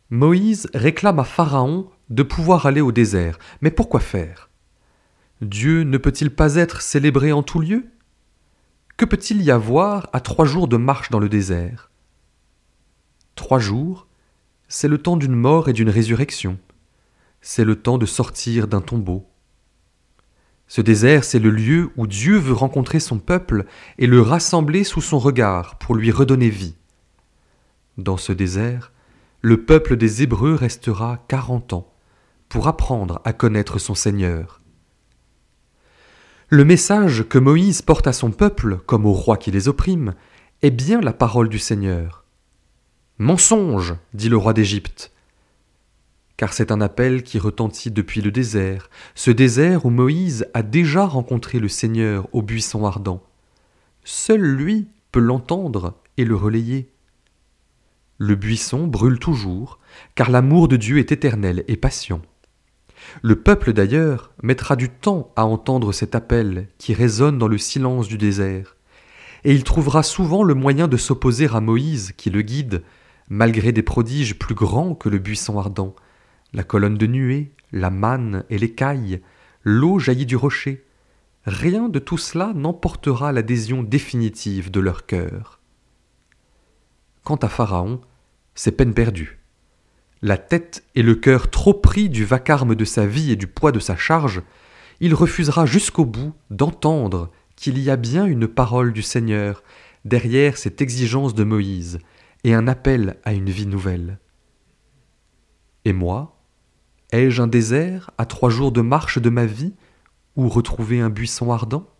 Moïse réclame à Pharaon de pouvoir aller au désert. Mais pourquoi faire? Dieu ne peut-il pas être célébré en tout lieu? Que peut-il y avoir à 3 jours de marche dans le désert? 3 jours, c'est le temps d'une mort et d'une résurrection. C'est le temps de sortir d'un tombeau. Ce désert, c'est le lieu où Dieu veut rencontrer son peuple et le rassembler sous son regard pour lui redonner vie. Dans ce désert, le peuple des Hébreux restera 40 ans pour apprendre à connaître son Seigneur. Le message que Moïse porte à son peuple, comme au roi qui les opprime, est bien la parole du Seigneur. « Mensonge !» dit le roi d'Égypte. Car c'est un appel qui retentit depuis le désert, ce désert où Moïse a déjà rencontré le Seigneur au buisson ardent. Seul lui peut l'entendre et le relayer. Le buisson brûle toujours, car l'amour de Dieu est éternel et patient. Le peuple d'ailleurs mettra du temps à entendre cet appel qui résonne dans le silence du désert, et il trouvera souvent le moyen de s'opposer à Moïse qui le guide, malgré des prodiges plus grands que le buisson ardent, la colonne de nuée, la manne et l'écaille, l'eau jaillit du rocher. Rien de tout cela n'emportera l'adhésion définitive de leur cœur. Quant à Pharaon, c'est peine perdue. La tête et le cœur trop pris du vacarme de sa vie et du poids de sa charge, il refusera jusqu'au bout d'entendre qu'il y a bien une parole du Seigneur derrière cette exigence de Moïse et un appel à une vie nouvelle. Et moi, ai-je un désert à 3 jours de marche de ma vie, ou retrouver un buisson ardent?